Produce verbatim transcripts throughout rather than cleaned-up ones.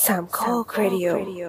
สามข้อครดิโอ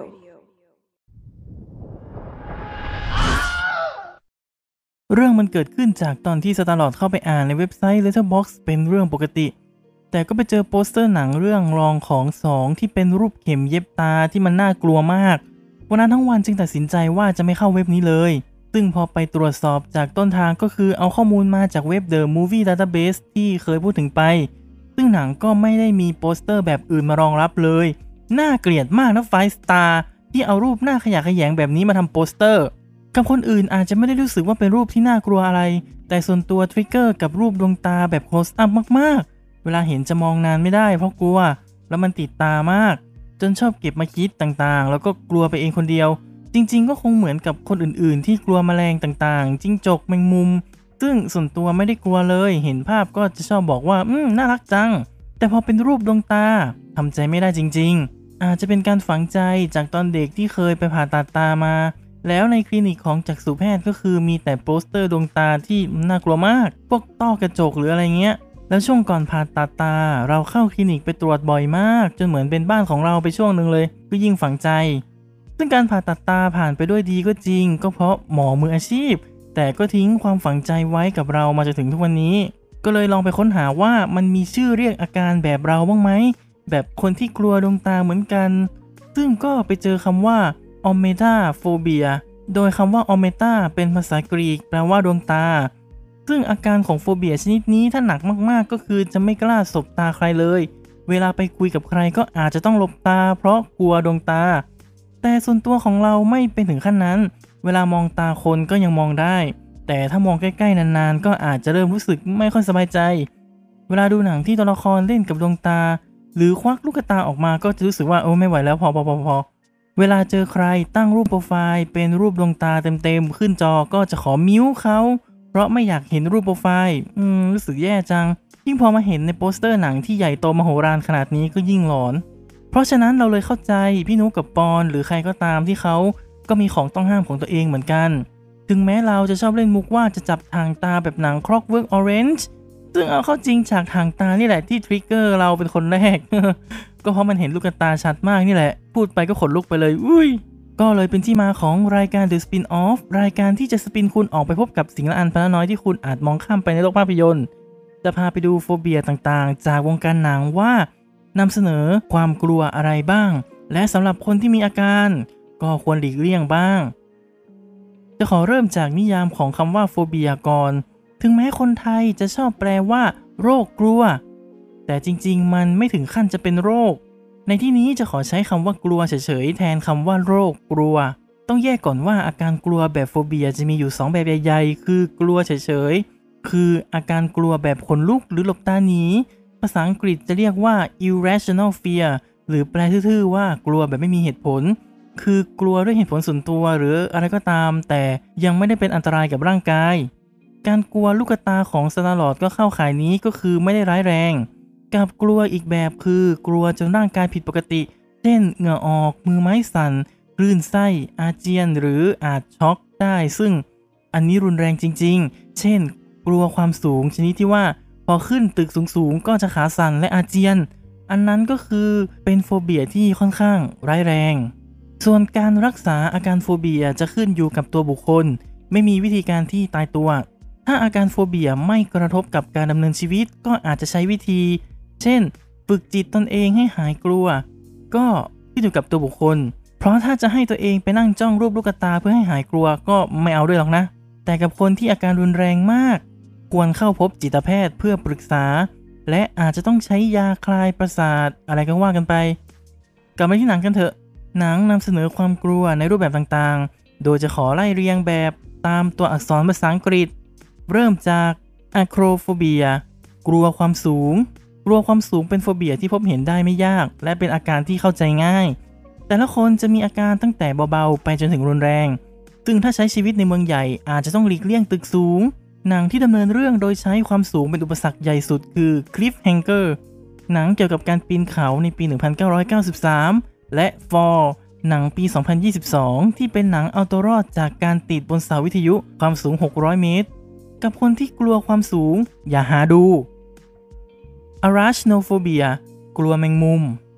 เรื่องมันเกิดขึ้นจากตอนที่สตาร์ลอร์ดเข้าไปอ่านในเว็บไซต์ Letterboxd เป็นเรื่องปกติแต่ก็ไปเจอโปสเตอร์หนังเรื่องรองของสองที่เป็นรูปเข็มเย็บตาที่มันน่ากลัวมากวันนั้นทั้งวันจึงตัดสินใจว่าจะไม่เข้าเว็บนี้เลยซึ่งพอไปตรวจสอบจากต้นทางก็คือเอาข้อมูลมาจากเว็บ The Movie Database ที่เคยพูดถึงไปซึ่งหนังก็ไม่ได้มีโปสเตอร์แบบอื่นมารองรับเลยน่าเกลียดมากนะไฟว์สตาร์ที่เอารูปหน้าขยะแขยงแบบนี้มาทำโปสเตอร์กับคนอื่นอาจจะไม่ได้รู้สึกว่าเป็นรูปที่น่ากลัวอะไรแต่ส่วนตัวทริกเกอร์กับรูปดวงตาแบบ close up มากๆเวลาเห็นจะมองนานไม่ได้เพราะกลัวแล้วมันติดตามากจนชอบเก็บมาคิดต่างๆแล้วก็กลัวไปเองคนเดียวจริงๆก็คงเหมือนกับคนอื่นๆที่กลัวแมลงต่างๆจิ้งจกแมงมุมซึ่งส่วนตัวไม่ได้กลัวเลยเห็นภาพก็จะชอบบอกว่าอืมน่ารักจังแต่พอเป็นรูปดวงตาทำใจไม่ได้จริงๆอาจจะเป็นการฝังใจจากตอนเด็กที่เคยไปผ่าตัดตามาแล้วในคลินิกของจักษุแพทย์ก็คือมีแต่โปสเตอร์ดวงตาที่น่ากลัวมากพวกต้อกระจกหรืออะไรเงี้ยแล้วช่วงก่อนผ่าตัดตาเราเข้าคลินิกไปตรวจบ่อยมากจนเหมือนเป็นบ้านของเราไปช่วงนึงเลยก็ยิ่งฝังใจซึ่งการผ่าตัดตาผ่านไปด้วยดีก็จริงก็เพราะหมอมืออาชีพแต่ก็ทิ้งความฝังใจไว้กับเรามาจนถึงทุกวันนี้ก็เลยลองไปค้นหาว่ามันมีชื่อเรียกอาการแบบเราบ้างไหมแบบคนที่กลัวดวงตาเหมือนกันซึ่งก็ไปเจอคำว่าออเมตาโฟเบียโดยคำว่าออเมตาเป็นภาษากรีกแปลว่าดวงตาซึ่งอาการของโฟเบียชนิดนี้ถ้าหนักมากๆก็คือจะไม่กล้าสบตาใครเลยเวลาไปคุยกับใครก็อาจจะต้องหลบตาเพราะกลัวดวงตาแต่ส่วนตัวของเราไม่เป็นถึงขั้นนั้นเวลามองตาคนก็ยังมองได้แต่ถ้ามองใกล้ๆนานๆก็อาจจะเริ่มรู้สึกไม่ค่อยสบายใจเวลาดูหนังที่ตัวละครเล่นกับดวงตาหรือควักลูกตาออกมาก็จะรู้สึกว่าโอ้ไม่ไหวแล้วพอพอพอพอเวลาเจอใครตั้งรูปโปรไฟล์เป็นรูปดวงตาเต็มๆขึ้นจอก็จะขอมิ้วเขาเพราะไม่อยากเห็นรูปโปรไฟล์อืมรู้สึกแย่จังยิ่งพอมาเห็นในโปสเตอร์หนังที่ใหญ่โตมโหฬารขนาดนี้ก็ยิ่งหลอนเพราะฉะนั้นเราเลยเข้าใจพี่นุ๊กกับปอนหรือใครก็ตามที่เขาก็มีของต้องห้ามของตัวเองเหมือนกันถึงแม้เราจะชอบเล่นมุกว่าจะจับทางตาแบบหนัง Clockwork Orange ซึ่งเอาเข้าจริงฉากทางตานี่แหละที่ทริกเกอร์เราเป็นคนแรก ก็เพราะมันเห็นลูกตาชัดมากนี่แหละพูดไปก็ขนลุกไปเลยอุ้ยก็เลยเป็นที่มาของรายการ The Spin-Off รายการที่จะสปินคุณออกไปพบกับสิ่งละอันพันน้อยที่คุณอาจมองข้ามไปในโลกภาพยนตร์จะพาไปดูโฟเบียต่างๆจากวงการหนังว่านำเสนอความกลัวอะไรบ้างและสำหรับคนที่มีอาการก็ควรหลีกเลี่ยงบ้างจะขอเริ่มจากนิยามของคำว่าโฟเบียก่อนถึงแม้คนไทยจะชอบแปลว่าโรคกลัวแต่จริงๆมันไม่ถึงขั้นจะเป็นโรคในที่นี้จะขอใช้คำว่ากลัวเฉยๆแทนคำว่าโรคกลัวต้องแยกก่อนว่าอาการกลัวแบบโฟเบียจะมีอยู่สองแบบใหญ่ๆคือกลัวเฉยๆคืออาการกลัวแบบขนลุกหรือหลบตาหนีภาษาอังกฤษจะเรียกว่า irrational fear หรือแปลทื่อๆว่ากลัวแบบไม่มีเหตุผลคือกลัวด้วยเหตุผลส่วนตัวหรืออะไรก็ตามแต่ยังไม่ได้เป็นอันตรายกับร่างกายการกลัวลูกตาของสตาร์ลอร์ดก็เข้าข่ายนี้ก็คือไม่ได้ร้ายแรงกับกลัวอีกแบบคือกลัวจนร่างกายผิดปกติเช่นเหงื่อออกมือไม้สั่นคลื่นไส้อาเจียนหรืออาจช็อกได้ซึ่งอันนี้รุนแรงจริงๆเช่นกลัวความสูงชนิดที่ว่าพอขึ้นตึกสูงๆก็จะขาสั่นและอาเจียนอันนั้นก็คือเป็นโฟเบียที่ค่อนข้างร้ายแรงส่วนการรักษาอาการโฟเบียจะขึ้นอยู่กับตัวบุคคลไม่มีวิธีการที่ตายตัวถ้าอาการโฟเบียไม่กระทบกับการดำเนินชีวิตก็อาจจะใช้วิธีเช่นฝึกจิตตนเองให้หายกลัวก็ขึ้นอยู่กับตัวบุคคลเพราะถ้าจะให้ตัวเองไปนั่งจ้องรูปลูกตาเพื่อให้หายกลัวก็ไม่เอาด้วยหรอกนะแต่กับคนที่อาการรุนแรงมากควรเข้าพบจิตแพทย์เพื่อปรึกษาและอาจจะต้องใช้ยาคลายประสาทอะไรก็ว่ากันไปกลับมาที่หนังกันเถอะหนังนำเสนอความกลัวในรูปแบบต่างๆโดยจะขอไล่เรียงแบบตามตัวอักษรภาษาอังกฤษเริ่มจากอะโครโฟเบียกลัวความสูงกลัวความสูงเป็นโฟเบียที่พบเห็นได้ไม่ยากและเป็นอาการที่เข้าใจง่ายแต่ละคนจะมีอาการตั้งแต่เบาๆไปจนถึงรุนแรงซึ่งถ้าใช้ชีวิตในเมืองใหญ่อาจจะต้องหลีกเลี่ยงตึกสูงหนังที่ดำเนินเรื่องโดยใช้ความสูงเป็นอุปสรรคใหญ่สุดคือ Cliffhanger หนังเกี่ยวกับการปีนเขาในปี หนึ่งพันเก้าร้อยเก้าสิบสาม และ Fall หนังปี สองพันยี่สิบสอง ที่เป็นหนังเอาตัวรอดจากการติดบนเสาวิทยุความสูงหกร้อยเมตรกับคนที่กลัวความสูง อย่าหาดู Arachnophobia กลัวแมงมุม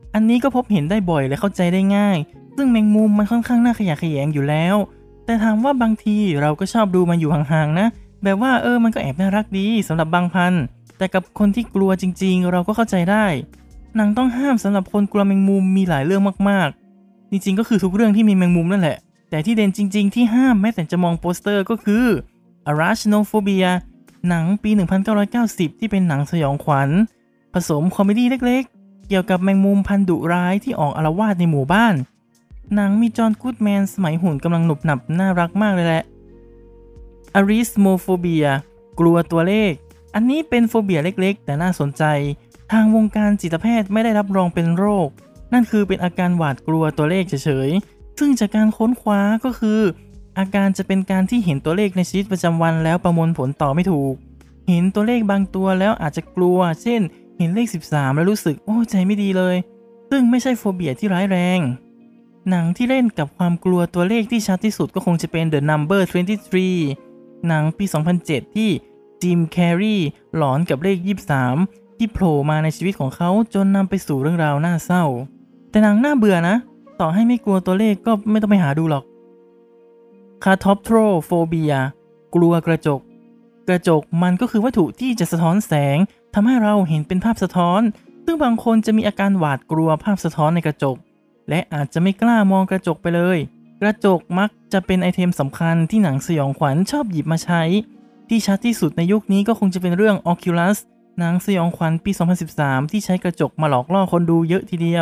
อันนี้ก็พบเห็นได้บ่อยและเข้าใจได้ง่ายซึ่งแมงมุมมันค่อนข้างน่าขยะแขยงอยู่แล้วแต่ถามว่าบางทีเราก็ชอบดูมันอยู่ห่างๆนะแบบว่าเออมันก็แอบน่ารักดีสำหรับบางพันธุ์แต่กับคนที่กลัวจริงๆเราก็เข้าใจได้หนังต้องห้ามสำหรับคนกลัวแมงมุมมีหลายเรื่องมากๆจริงๆก็คือทุกเรื่องที่มีแมงมุมนั่นแหละแต่ที่เด่นจริงๆที่ห้ามแม้แต่จะมองโปสเตอร์ก็คือ Arachnophobia หนังปี หนึ่งพันเก้าร้อยเก้าสิบ ที่เป็นหนังสยองขวัญผสมคอมเมดี้เล็กๆเกี่ยวกับแมงมุมพันธุ์ดุร้ายที่ออกอาละวาดในหมู่บ้านหนังมีจอห์นกู๊ดแมนสมัยหุ่นกำลังหนุบหนับน่ารักมากเลยแหละ Arithmophobia กลัวตัวเลขอันนี้เป็นโฟเบียเล็กๆแต่น่าสนใจทางวงการจิตแพทย์ไม่ได้รับรองเป็นโรคนั่นคือเป็นอาการหวาดกลัวตัวเลขเฉยๆซึ่งจากการค้นคว้าก็คืออาการจะเป็นการที่เห็นตัวเลขในชีวิตประจำวันแล้วประมวลผลต่อไม่ถูกเห็นตัวเลขบางตัวแล้วอาจจะกลัวเช่นเห็นเลขสิบสามแล้วรู้สึกโอ้ใจไม่ดีเลยซึ่งไม่ใช่โฟเบียที่ร้ายแรงหนังที่เล่นกับความกลัวตัวเลขที่ชัดที่สุดก็คงจะเป็น The Number ยี่สิบสามหนังปี สองพันเจ็ด ที่จิมแคร์รีหลอนกับเลขยี่สิบสามที่โผล่มาในชีวิตของเขาจนนำไปสู่เรื่องราวน่าเศร้าแต่หนังน่าเบื่อนะต่อให้ไม่กลัวตัวเลขก็ไม่ต้องไปหาดูหรอก Catoptrophobia กลัวกระจกกระจกมันก็คือวัตถุที่จะสะท้อนแสงทำให้เราเห็นเป็นภาพสะท้อนซึ่งบางคนจะมีอาการหวาดกลัวภาพสะท้อนในกระจกและอาจจะไม่กล้ามองกระจกไปเลยกระจกมักจะเป็นไอเทมสำคัญที่หนังสยองขวัญชอบหยิบมาใช้ที่ชัดที่สุดในยุคนี้ก็คงจะเป็นเรื่อง Oculus หนังสยองขวัญปี สองพันสิบสาม ที่ใช้กระจกมาหลอกล่อคนดูเยอะทีเดียว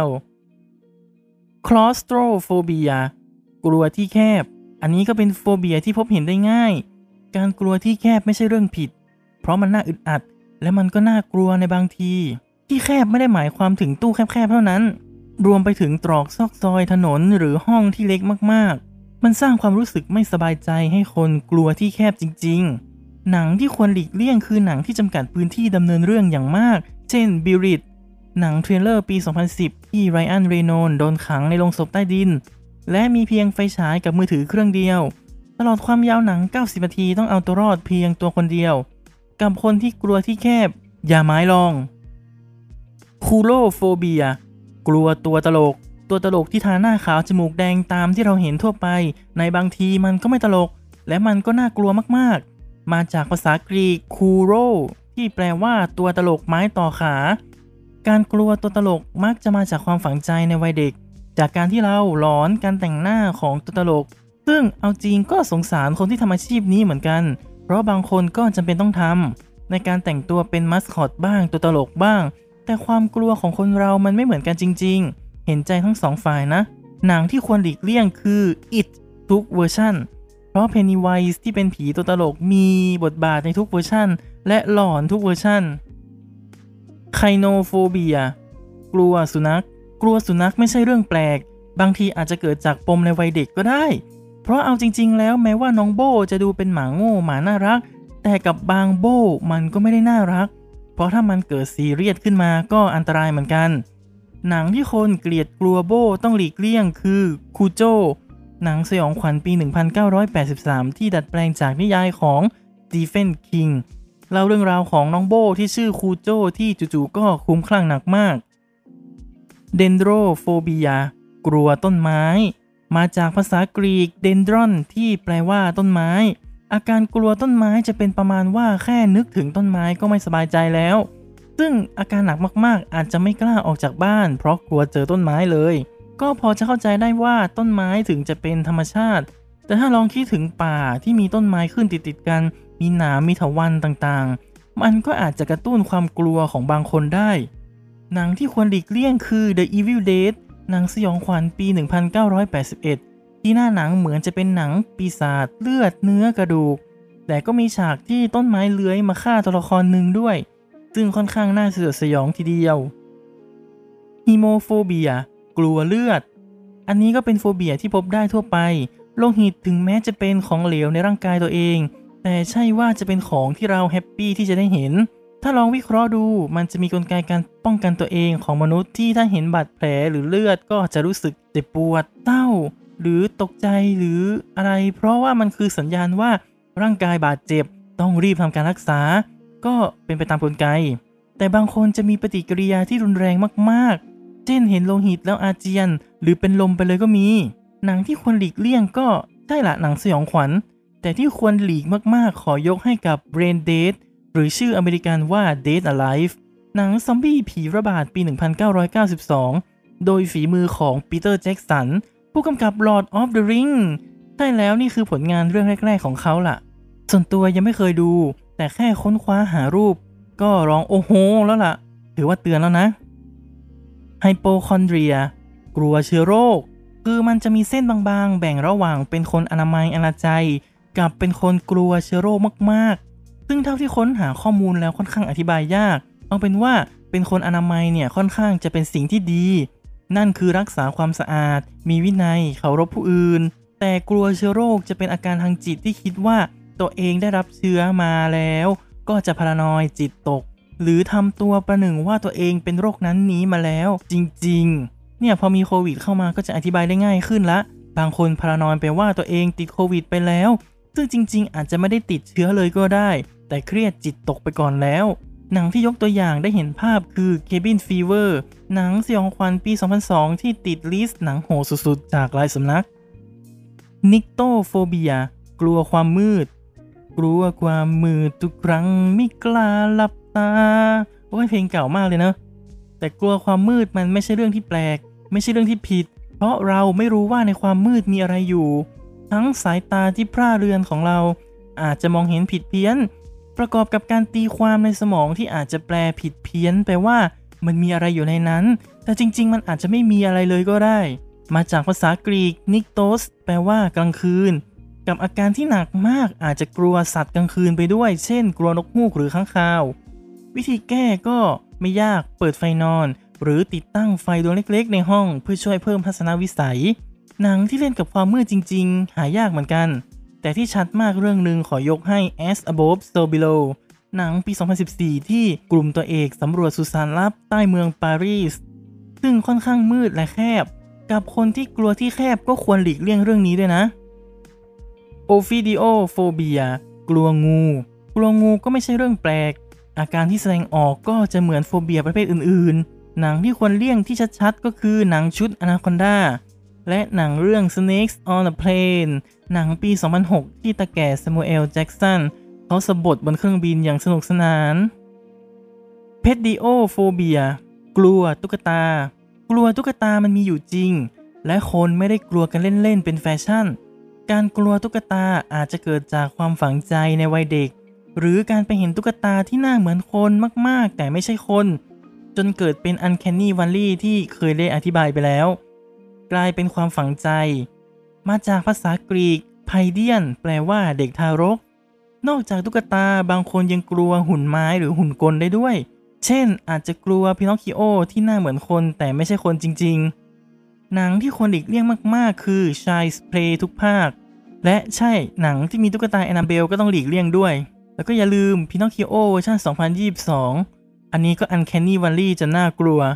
Claustrophobia กลัวที่แคบอันนี้ก็เป็นโฟเบียที่พบเห็นได้ง่ายการกลัวที่แคบไม่ใช่เรื่องผิดเพราะมันน่าอึดอัดและมันก็น่ากลัวในบางทีที่แคบไม่ได้หมายความถึงตู้แคบๆเท่านั้นรวมไปถึงตรอกซอกซอยถนนหรือห้องที่เล็กมากๆมันสร้างความรู้สึกไม่สบายใจให้คนกลัวที่แคบจริงๆหนังที่ควรหลีกเลี่ยงคือหนังที่จำกัดพื้นที่ดำเนินเรื่องอย่างมากเช่น Buried หนังเทรลเลอร์ปี สองพันสิบ ที่ไรอัน เรโนลด์โดนขังในโรงศพใต้ดินและมีเพียงไฟฉายกับมือถือเครื่องเดียวตลอดความยาวหนังเก้าสิบนาทีต้องเอาตัวรอดเพียงตัวคนเดียวกับคนที่กลัวที่แคบอย่าหมายลอง Coulrophobia กลัวตัวตลกตัวตลกที่ทาหน้าขาวจมูกแดงตามที่เราเห็นทั่วไปในบางทีมันก็ไม่ตลกและมันก็น่ากลัวมากๆมาจากภาษากรีก Kouro ที่แปลว่าตัวตลกไม้ต่อขาการกลัวตัวตลกมักจะมาจากความฝังใจในวัยเด็กจากการที่เราหลอนการแต่งหน้าของตัวตลกซึ่งเอาจริงก็สงสารคนที่ทำอาชีพนี้เหมือนกันเพราะบางคนก็จำเป็นต้องทำในการแต่งตัวเป็นมัสคอตบ้างตัวตลกบ้างแต่ความกลัวของคนเรามันไม่เหมือนกันจริงๆเห็นใจทั้งสองฝ่ายนะหนังที่ควรหลีกเลี่ยงคือ It ทุกเวอร์ชันเพราะ Pennywise ที่เป็นผีตัวตลกมีบทบาทในทุกเวอร์ชันและหลอนทุกเวอร์ชัน Kynophobia กลัวสุนัขกลัวสุนัขไม่ใช่เรื่องแปลกบางทีอาจจะเกิดจากปมในวัยเด็กก็ได้เพราะเอาจริงๆแล้วแม้ว่าน้องโบจะดูเป็นหมาโง่หมาน่ารักแต่กับบางโบมันก็ไม่ได้น่ารักเพราะถ้ามันเกิดซีเรียสขึ้นมาก็อันตรายเหมือนกันหนังที่คนเกลียดกลัวโบต้องหลีกเลี่ยงคือคูโจหนังสยองขวัญปี หนึ่งพันเก้าร้อยแปดสิบสาม ที่ดัดแปลงจากนิยายของสตีเฟน คิงเล่าเรื่องราวของน้องโบที่ชื่อคูโจที่จู่ๆก็คลุ้มคลั่งหนักมากเดนโดรโฟเบียกลัวต้นไม้มาจากภาษากรีกเดนดรอนที่แปลว่าต้นไม้อาการกลัวต้นไม้จะเป็นประมาณว่าแค่นึกถึงต้นไม้ก็ไม่สบายใจแล้วซึ่งอาการหนักมากๆอาจจะไม่กล้าออกจากบ้านเพราะกลัวเจอต้นไม้เลยก็พอจะเข้าใจได้ว่าต้นไม้ถึงจะเป็นธรรมชาติแต่ถ้าลองคิดถึงป่าที่มีต้นไม้ขึ้นติดๆกันมีหนามมีเถาวัลย์ต่างๆมันก็อาจจะกระตุ้นความกลัวของบางคนได้หนังที่ควรหลีกเลี่ยงคือ The Evil Deadหนังสยองขวัญปี หนึ่งพันเก้าร้อยแปดสิบเอ็ด ที่หน้าหนังเหมือนจะเป็นหนังปีศาจเลือดเนื้อกระดูกแต่ก็มีฉากที่ต้นไม้เลื้อยมาฆ่าตัวละครหนึ่งด้วยซึ่งค่อนข้างน่าสยดสยองทีเดียว Hemophobia กลัวเลือดอันนี้ก็เป็นโฟเบียที่พบได้ทั่วไปโลหิตถึงแม้จะเป็นของเหลวในร่างกายตัวเองแต่ใช่ว่าจะเป็นของที่เราแฮปปี้ที่จะได้เห็นถ้าลองวิเคราะห์ดูมันจะมีกลไกการป้องกันตัวเองของมนุษย์ที่ถ้าเห็นบาดแผลหรือเลือดก็จะรู้สึกเจ็บปวดเศร้าหรือตกใจหรืออะไรเพราะว่ามันคือสัญญาณว่าร่างกายบาดเจ็บต้องรีบทำการรักษาก็เป็นไปตามกลไกแต่บางคนจะมีปฏิกิริยาที่รุนแรงมากๆเช่นเห็นโลหิตแล้วอาเจียนหรือเป็นลมไปเลยก็มีหนังที่ควรหลีกเลี่ยงก็ใช่ละหนังสยองขวัญแต่ที่ควรหลีกมากๆขอยกให้กับ Brain Dead หรือชื่ออเมริกันว่า Dead Alive หนังซอมบี้ผีระบาดปี หนึ่งพันเก้าร้อยเก้าสิบสอง โดยฝีมือของปีเตอร์แจ็กสันผู้กำกับ Lord of the Ring ใช่แล้วนี่คือผลงานเรื่องแรกๆของเขาล่ะส่วนตัวยังไม่เคยดูแต่แค่ค้นคว้าหารูปก็ร้องโอ้โหแล้วล่ะถือว่าเตือนแล้วนะไฮโปคอนเดรียกลัวเชื้อโรคคือมันจะมีเส้นบางๆแบ่งระหว่างเป็นคนอนามัยอนาใจกับเป็นคนกลัวเชื้อโรคมากๆซึ่งเท่าที่ค้นหาข้อมูลแล้วค่อนข้างอธิบายยากเอาเป็นว่าเป็นคนอนามัยเนี่ยค่อนข้างจะเป็นสิ่งที่ดีนั่นคือรักษาความสะอาดมีวินัยเคารพผู้อื่นแต่กลัวเชื้อโรคจะเป็นอาการทางจิตที่คิดว่าตัวเองได้รับเชื้อมาแล้วก็จะพารานอยจิตตกหรือทำตัวประหนึ่งว่าตัวเองเป็นโรคนั้นนี้มาแล้วจริงๆเนี่ยพอมีโควิดเข้ามาก็จะอธิบายได้ง่ายขึ้นละบางคนพารานอยไปว่าตัวเองติดโควิดไปแล้วซึ่งจริงๆอาจจะไม่ได้ติดเชื้อเลยก็ได้แต่เครียดจิตตกไปก่อนแล้วหนังที่ยกตัวอย่างได้เห็นภาพคือ Cabin Fever หนังสยองขวัญปี สองพันสอง ที่ติดลิสต์หนังโหดสุดๆจากหลายสำนัก Nyctophobia กลัวความมืดกลัวความมืดทุกครั้งไม่กล้าหลับตาโอ้ยเพลงเก่ามากเลยเนอะแต่กลัวความมืดมันไม่ใช่เรื่องที่แปลกไม่ใช่เรื่องที่ผิดเพราะเราไม่รู้ว่าในความมืดมีอะไรอยู่ทั้งสายตาที่พร่าเรือนของเราอาจจะมองเห็นผิดเพี้ยนประกอบกับการตีความในสมองที่อาจจะแปลผิดเพี้ยนไปว่ามันมีอะไรอยู่ในนั้นแต่จริงๆมันอาจจะไม่มีอะไรเลยก็ได้มาจากภาษากรีก Nyktos แปลว่ากลางคืนกับอาการที่หนักมากอาจจะกลัวสัตว์กลางคืนไปด้วยเช่นกลัวนกฮูกหรือค้างคาววิธีแก้ก็ไม่ยากเปิดไฟนอนหรือติดตั้งไฟดวงเล็กๆในห้องเพื่อช่วยเพิ่มทัศนวิสัยหนังที่เล่นกับความมืดจริงๆหายากเหมือนกันแต่ที่ชัดมากเรื่องนึงขอยกให้ As Above So Below หนังปี สองพันสิบสี่ ที่กลุ่มตัวเอกสำรวจสุสานลับใต้เมืองปารีสซึ่งค่อนข้างมืดและแคบกับคนที่กลัวที่แคบก็ควรหลีกเลี่ยงเรื่องนี้ด้วยนะOphidiophobia กลัวงูกลัวงูก็ไม่ใช่เรื่องแปลกอาการที่แสดงออกก็จะเหมือนโฟเบียประเภทอื่นๆหนังที่ควรเลี่ยงที่ชัดๆก็คือหนังชุด Anaconda และหนังเรื่อง Snakes on a Plane หนังปี สองพันหก ที่ตาแก่ Samuel Jackson เขาสะบัดบนเครื่องบินอย่างสนุกสนาน Pediophobia กลัวตุ๊กตากลัวตุ๊กตามันมีอยู่จริงและคนไม่ได้กลัวกันเล่นๆเป็นแฟชั่นการกลัวตุ๊กตาอาจจะเกิดจากความฝังใจในวัยเด็กหรือการไปเห็นตุ๊กตาที่หน้าเหมือนคนมากๆแต่ไม่ใช่คนจนเกิดเป็น Uncanny Valley ที่เคยได้อธิบายไปแล้วกลายเป็นความฝังใจมาจากภาษากรีก Paidion แปลว่าเด็กทารกนอกจากตุ๊กตาบางคนยังกลัวหุ่นไม้หรือหุ่นกลได้ด้วยเช่นอาจจะกลัวพินอคคิโอที่หน้าเหมือนคนแต่ไม่ใช่คนจริงๆหนังที่ควรหลีกเลี่ยงมากๆคือ Child's Play ทุกภาคและใช่หนังที่มีตุ๊กตาแอนนาเบลก็ต้องหลีกเลี่ยงด้วยแล้วก็อย่าลืมพินอคคิโอเวอร์ชันสองพันยี่สิบสองอันนี้ก็ Uncanny Valley จะน่ากลัว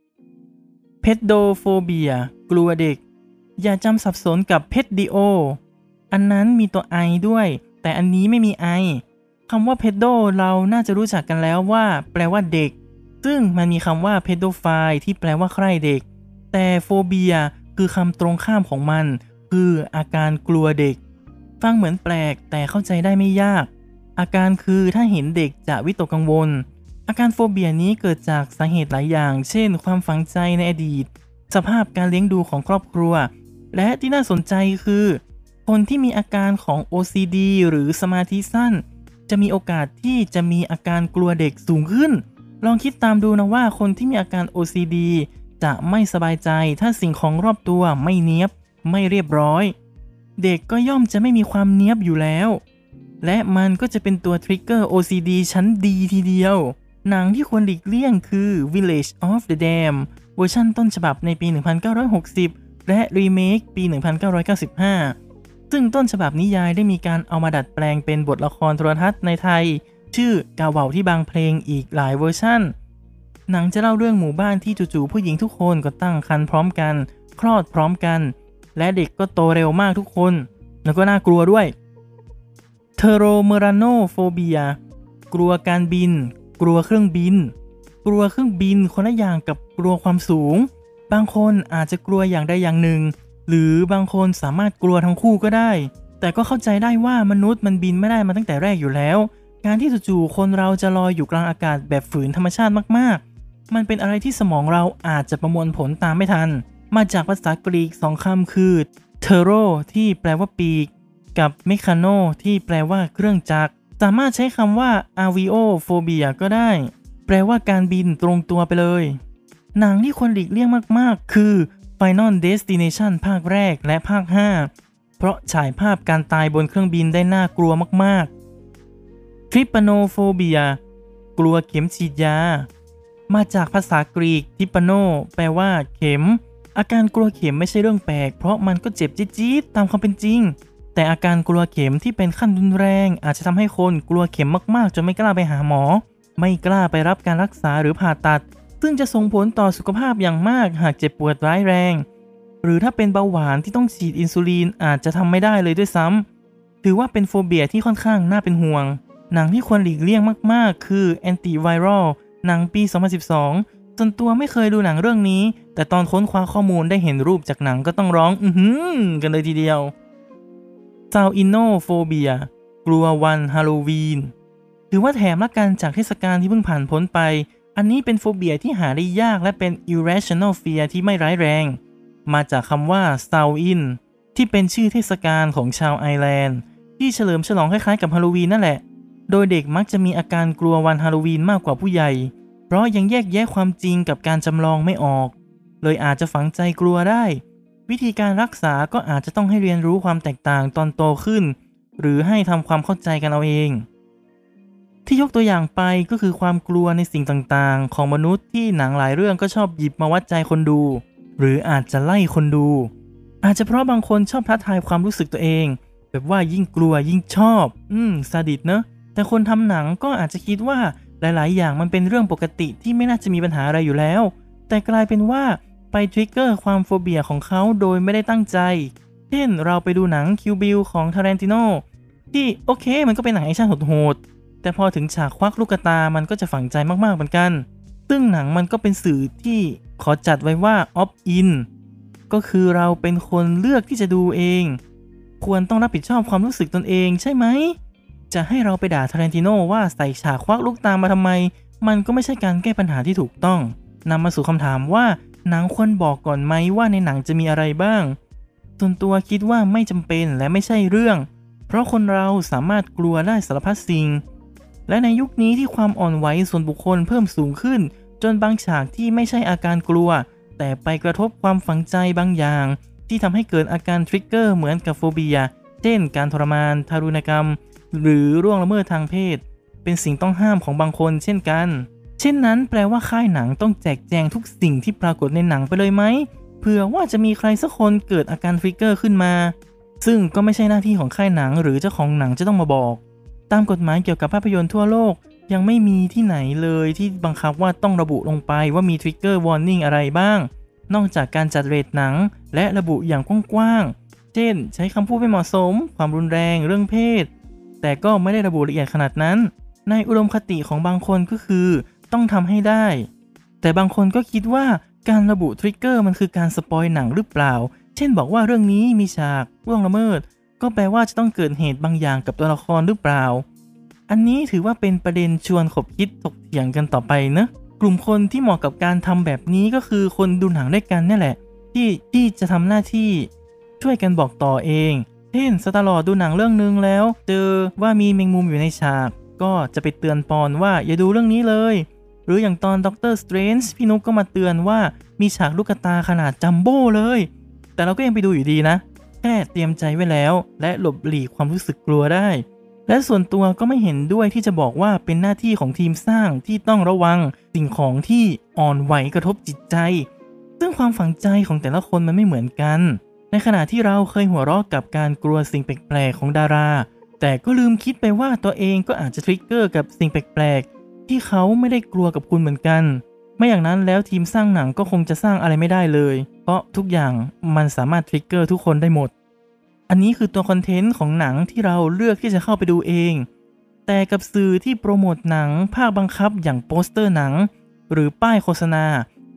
Pedophobia กลัวเด็กอย่าจำสับสนกับ Pedio อันนั้นมีตัว I ด้วยแต่อันนี้ไม่มี I คำว่า Pedo เราน่าจะรู้จักกันแล้วว่าแปลว่าเด็กซึ่งมันมีคำว่า Pedophile ที่แปลว่าใคร่เด็กแต่โฟเบียคือคำตรงข้ามของมันคืออาการกลัวเด็กฟังเหมือนแปลกแต่เข้าใจได้ไม่ยากอาการคือถ้าเห็นเด็กจะวิตกกังวลอาการโฟเบียนี้เกิดจากสาเหตุหลายอย่างเช่นความฝังใจในอดีตสภาพการเลี้ยงดูของครอบครัวและที่น่าสนใจคือคนที่มีอาการของ โอ ซี ดี หรือสมาธิสั้นจะมีโอกาสที่จะมีอาการกลัวเด็กสูงขึ้นลองคิดตามดูนะว่าคนที่มีอาการ โอ ซี ดี จะไม่สบายใจถ้าสิ่งของรอบตัวไม่เนียบไม่เรียบร้อยเด็กก็ย่อมจะไม่มีความเนียบอยู่แล้วและมันก็จะเป็นตัวทริกเกอร์ โอ ซี ดี ชั้นดีทีเดียวหนังที่ควรหลีกเลี่ยงคือ Village of the Damned เวอร์ชันต้นฉบับในปี หนึ่งพันเก้าร้อยหกสิบ และรีเมคปี หนึ่งพันเก้าร้อยเก้าสิบห้า ซึ่งต้นฉบับนิยายได้มีการเอามาดัดแปลงเป็นบทละครโทรทัศน์ในไทยชื่อกาเหว่าที่บางเพลงอีกหลายเวอร์ชันหนังจะเล่าเรื่องหมู่บ้านที่จู่ๆผู้หญิงทุกคนก็ตั้งครรภ์พร้อมกันคลอดพร้อมกันและเด็กก็โตเร็วมากทุกคนแล้วก็น่ากลัวด้วยเทโรเมราโนโฟเบียกลัวการบินกลัวเครื่องบินกลัวเครื่องบินคนละอย่างกับกลัวความสูงบางคนอาจจะกลัวอย่างใดอย่างหนึ่งหรือบางคนสามารถกลัวทั้งคู่ก็ได้แต่ก็เข้าใจได้ว่ามนุษย์มันบินไม่ได้มาตั้งแต่แรกอยู่แล้วการที่จู่ๆคนเราจะลอยอยู่กลางอากาศแบบฝืนธรรมชาติมากๆมันเป็นอะไรที่สมองเราอาจจะประมวลผลตามไม่ทันมาจากภาษากรีกสองคำคือ เทโร ที่แปลว่าปีกกับ เมคาโน ที่แปลว่าเครื่องจักรสามารถใช้คำว่า อาวิโอโฟเบีย ก็ได้แปลว่าการบินตรงตัวไปเลยหนังที่ควรหลีกเลี่ยงมากๆคือ Final Destination ภาคแรกและภาคห้าเพราะฉายภาพการตายบนเครื่องบินได้น่ากลัวมากๆ ทริปาโนโฟเบีย กลัวเข็มฉีดยามาจากภาษากรีก ทิปาโน แปลว่าเข็มอาการกลัวเข็มไม่ใช่เรื่องแปลกเพราะมันก็เจ็บจี๊ดๆตามความเป็นจริงแต่อาการกลัวเข็มที่เป็นขั้นรุนแรงอาจจะทำให้คนกลัวเข็มมากๆจนไม่กล้าไปหาหมอไม่กล้าไปรับการรักษาหรือผ่าตัดซึ่งจะส่งผลต่อสุขภาพอย่างมากหากเจ็บปวดร้ายแรงหรือถ้าเป็นเบาหวานที่ต้องฉีดอินซูลินอาจจะทำไม่ได้เลยด้วยซ้ำถือว่าเป็นโฟเบียที่ค่อนข้างน่าเป็นห่วงหนังที่ควรหลีกเลี่ยงมากๆคือ Antiviral หนังปี สองพันสิบสองส่วนตัวไม่เคยดูหนังเรื่องนี้แต่ตอนค้นคว้าข้อมูลได้เห็นรูปจากหนังก็ต้องร้องอื้อหือกันเลยทีเดียวซาวอินโนโฟเบียกลัววันฮาโลวีนถือว่าแถมละกันจากเทศกาลที่เพิ่งผ่านพ้นไปอันนี้เป็นโฟเบียที่หาได้ยากและเป็น irrational fear ที่ไม่ร้ายแรงมาจากคำว่าซาวอินที่เป็นชื่อเทศกาลของชาวไอร์แลนด์ที่เฉลิมฉลองคล้ายๆกับฮาโลวีนนั่นแหละโดยเด็กมักจะมีอาการกลัววันฮาโลวีนมากกว่าผู้ใหญ่เพราะยังแยกแยะความจริงกับการจำลองไม่ออกเลยอาจจะฝังใจกลัวได้วิธีการรักษาก็อาจจะต้องให้เรียนรู้ความแตกต่างตอนโตขึ้นหรือให้ทำความเข้าใจกันเอาเองที่ยกตัวอย่างไปก็คือความกลัวในสิ่งต่างๆของมนุษย์ที่หนังหลายเรื่องก็ชอบหยิบมาวัดใจคนดูหรืออาจจะไล่คนดูอาจจะเพราะบางคนชอบท้าทายความรู้สึกตัวเองแบบว่ายิ่งกลัวยิ่งชอบอืมซาดิสเนอะแต่คนทำหนังก็อาจจะคิดว่าหลายๆอย่างมันเป็นเรื่องปกติที่ไม่น่าจะมีปัญหาอะไรอยู่แล้วแต่กลายเป็นว่าไปทริกเกอร์ความโฟเบียของเขาโดยไม่ได้ตั้งใจเช่นเราไปดูหนังคิวบิลของทารันติโนที่โอเคมันก็เป็นหนังแอคชั่นโหดๆแต่พอถึงฉากควักลูกตามันก็จะฝังใจมากๆเหมือนกันซึ่งหนังมันก็เป็นสื่อที่ขอจัดไว้ว่า opt in ก็คือเราเป็นคนเลือกที่จะดูเองควรต้องรับผิดชอบความรู้สึกตนเองใช่ไหมจะให้เราไปด่าทารันติโนว่าใส่ฉากควักลูกตามาทำไมมันก็ไม่ใช่การแก้ปัญหาที่ถูกต้องนำมาสู่คำถามว่าหนังควรบอกก่อนไหมว่าในหนังจะมีอะไรบ้างส่วนตัวคิดว่าไม่จำเป็นและไม่ใช่เรื่องเพราะคนเราสามารถกลัวได้สารพัดสิ่งและในยุคนี้ที่ความอ่อนไหวส่วนบุคคลเพิ่มสูงขึ้นจนบางฉากที่ไม่ใช่อาการกลัวแต่ไปกระทบความฝังใจบางอย่างที่ทำให้เกิดอาการทริกเกอร์เหมือนกับโฟเบียเช่นการทรมานทารุณกรรมหรือล่วงละเมิดทางเพศเป็นสิ่งต้องห้ามของบางคนเช่นกันเช่นนั้นแปลว่าค่ายหนังต้องแจกแจงทุกสิ่งที่ปรากฏในหนังไปเลยไหมเผื่อว่าจะมีใครสักคนเกิดอาการทริกเกอร์ขึ้นมาซึ่งก็ไม่ใช่หน้าที่ของค่ายหนังหรือเจ้าของหนังจะต้องมาบอกตามกฎหมายเกี่ยวกับภาพยนตร์ทั่วโลกยังไม่มีที่ไหนเลยที่บังคับว่าต้องระบุลงไปว่ามีทริกเกอร์วอร์นิ่งอะไรบ้างนอกจากการจัดเรทหนังและระบุอย่างกว้างๆเช่นใช้คำพูดไม่เหมาะสมความรุนแรงเรื่องเพศแต่ก็ไม่ได้ระบุละเอียดขนาดนั้นในอุดมคติของบางคนก็คือต้องทำให้ได้แต่บางคนก็คิดว่าการระบุทริกเกอร์มันคือการสปอยหนังหรือเปล่าเช่นบอกว่าเรื่องนี้มีฉากล่วงละเมิดก็แปลว่าจะต้องเกิดเหตุบางอย่างกับตัวละครหรือเปล่าอันนี้ถือว่าเป็นประเด็นชวนขบคิดถกเถียงกันต่อไปนะกลุ่มคนที่เหมาะกับการทำแบบนี้ก็คือคนดูหนังด้วยกันนี่แหละที่ที่จะทำหน้าที่ช่วยกันบอกต่อเองเช่นสตาร์ลอร์ดดูหนังเรื่องนึงแล้วเจอว่ามีแมงมุมอยู่ในฉากก็จะไปเตือนปอนว่าอย่าดูเรื่องนี้เลยหรืออย่างตอนด็อกเตอร์สเตรนจ์พี่นุ๊กก็มาเตือนว่ามีฉากลูกตาขนาดจัมโบ้เลยแต่เราก็ยังไปดูอยู่ดีนะแค่เตรียมใจไว้แล้วและหลบหลีกความรู้สึกกลัวได้และส่วนตัวก็ไม่เห็นด้วยที่จะบอกว่าเป็นหน้าที่ของทีมสร้างที่ต้องระวังสิ่งของที่อ่อนไหวกระทบจิตใจซึ่งความฝังใจของแต่ละคนมันไม่เหมือนกันในขณะที่เราเคยหัวเราะกับการกลัวสิ่งแปลกๆของดาราแต่ก็ลืมคิดไปว่าตัวเองก็อาจจะทริกเกอร์กับสิ่งแปลกๆที่เขาไม่ได้กลัวกับคุณเหมือนกันไม่อย่างนั้นแล้วทีมสร้างหนังก็คงจะสร้างอะไรไม่ได้เลยเพราะทุกอย่างมันสามารถทริกเกอร์ทุกคนได้หมดอันนี้คือตัวคอนเทนต์ของหนังที่เราเลือกที่จะเข้าไปดูเองแต่กับสื่อที่โปรโมทหนังภาคบังคับอย่างโปสเตอร์หนังหรือป้ายโฆษณา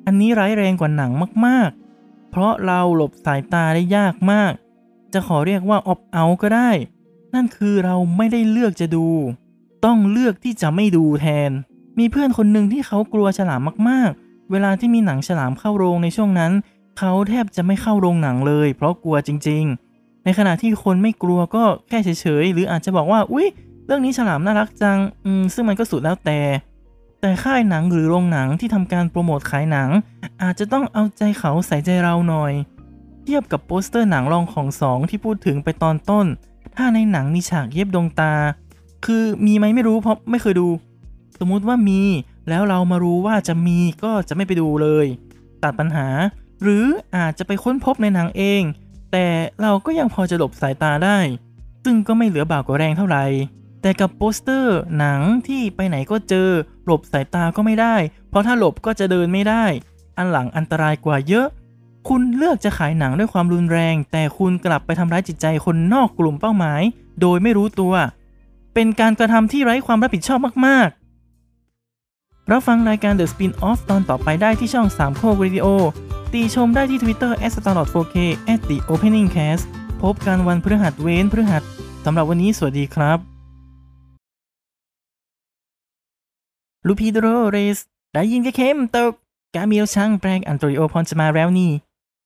อันนี้ร้ายแรงกว่าหนังมากๆเพราะเราหลบสายตาได้ยากมากจะขอเรียกว่าออปเอาก็ได้นั่นคือเราไม่ได้เลือกจะดูต้องเลือกที่จะไม่ดูแทนมีเพื่อนคนหนึ่งที่เขากลัวฉลามมากๆเวลาที่มีหนังฉลามเข้าโรงในช่วงนั้นเขาแทบจะไม่เข้าโรงหนังเลยเพราะกลัวจริงๆในขณะที่คนไม่กลัวก็แค่เฉยๆหรืออาจจะบอกว่าอุ๊ยเรื่องนี้ฉลามน่ารักจังอืมซึ่งมันก็สุดแล้วแต่แต่ค่ายหนังหรือโรงหนังที่ทำการโปรโมทขายหนังอาจจะต้องเอาใจเขาใส่ใจเราหน่อยเทียบกับโปสเตอร์หนังรองของสองที่พูดถึงไปตอนต้นถ้าในหนังมีฉากเย็บดวงตาคือมีไหมไม่รู้เพราะไม่เคยดูสมมุติว่ามีแล้วเรามารู้ว่าจะมีก็จะไม่ไปดูเลยตัดปัญหาหรืออาจจะไปค้นพบในหนังเองแต่เราก็ยังพอจะหลบสายตาได้ซึ่งก็ไม่เหลือบากกว่าแรงเท่าไหร่แต่กับโปสเตอร์หนังที่ไปไหนก็เจอหลบสายตาก็ไม่ได้เพราะถ้าหลบก็จะเดินไม่ได้อันหลังอันตรายกว่าเยอะคุณเลือกจะขายหนังด้วยความรุนแรงแต่คุณกลับไปทำร้ายจิตใจคนนอกกลุ่มเป้าหมายโดยไม่รู้ตัวเป็นการกระทำที่ไร้ความรับผิดชอบมากๆรับฟังรายการ The Spin-off ตอนต่อไปได้ที่ช่องสามโคกวิดีโอตีชมได้ที่ Twitter แอท สตาร์ลอร์ด โฟร์ เค แอท เดอะ โอเพนนิ่งแคสต์ พบกันวันพฤหัสเว้นพฤหัสสำหรับวันนี้สวัสดีครับ ลูพีโดโรเรสได้ยินแค่เข็มตกกาเมียวช่างแปลงอันโตริโอพรจะมาแล้วนี่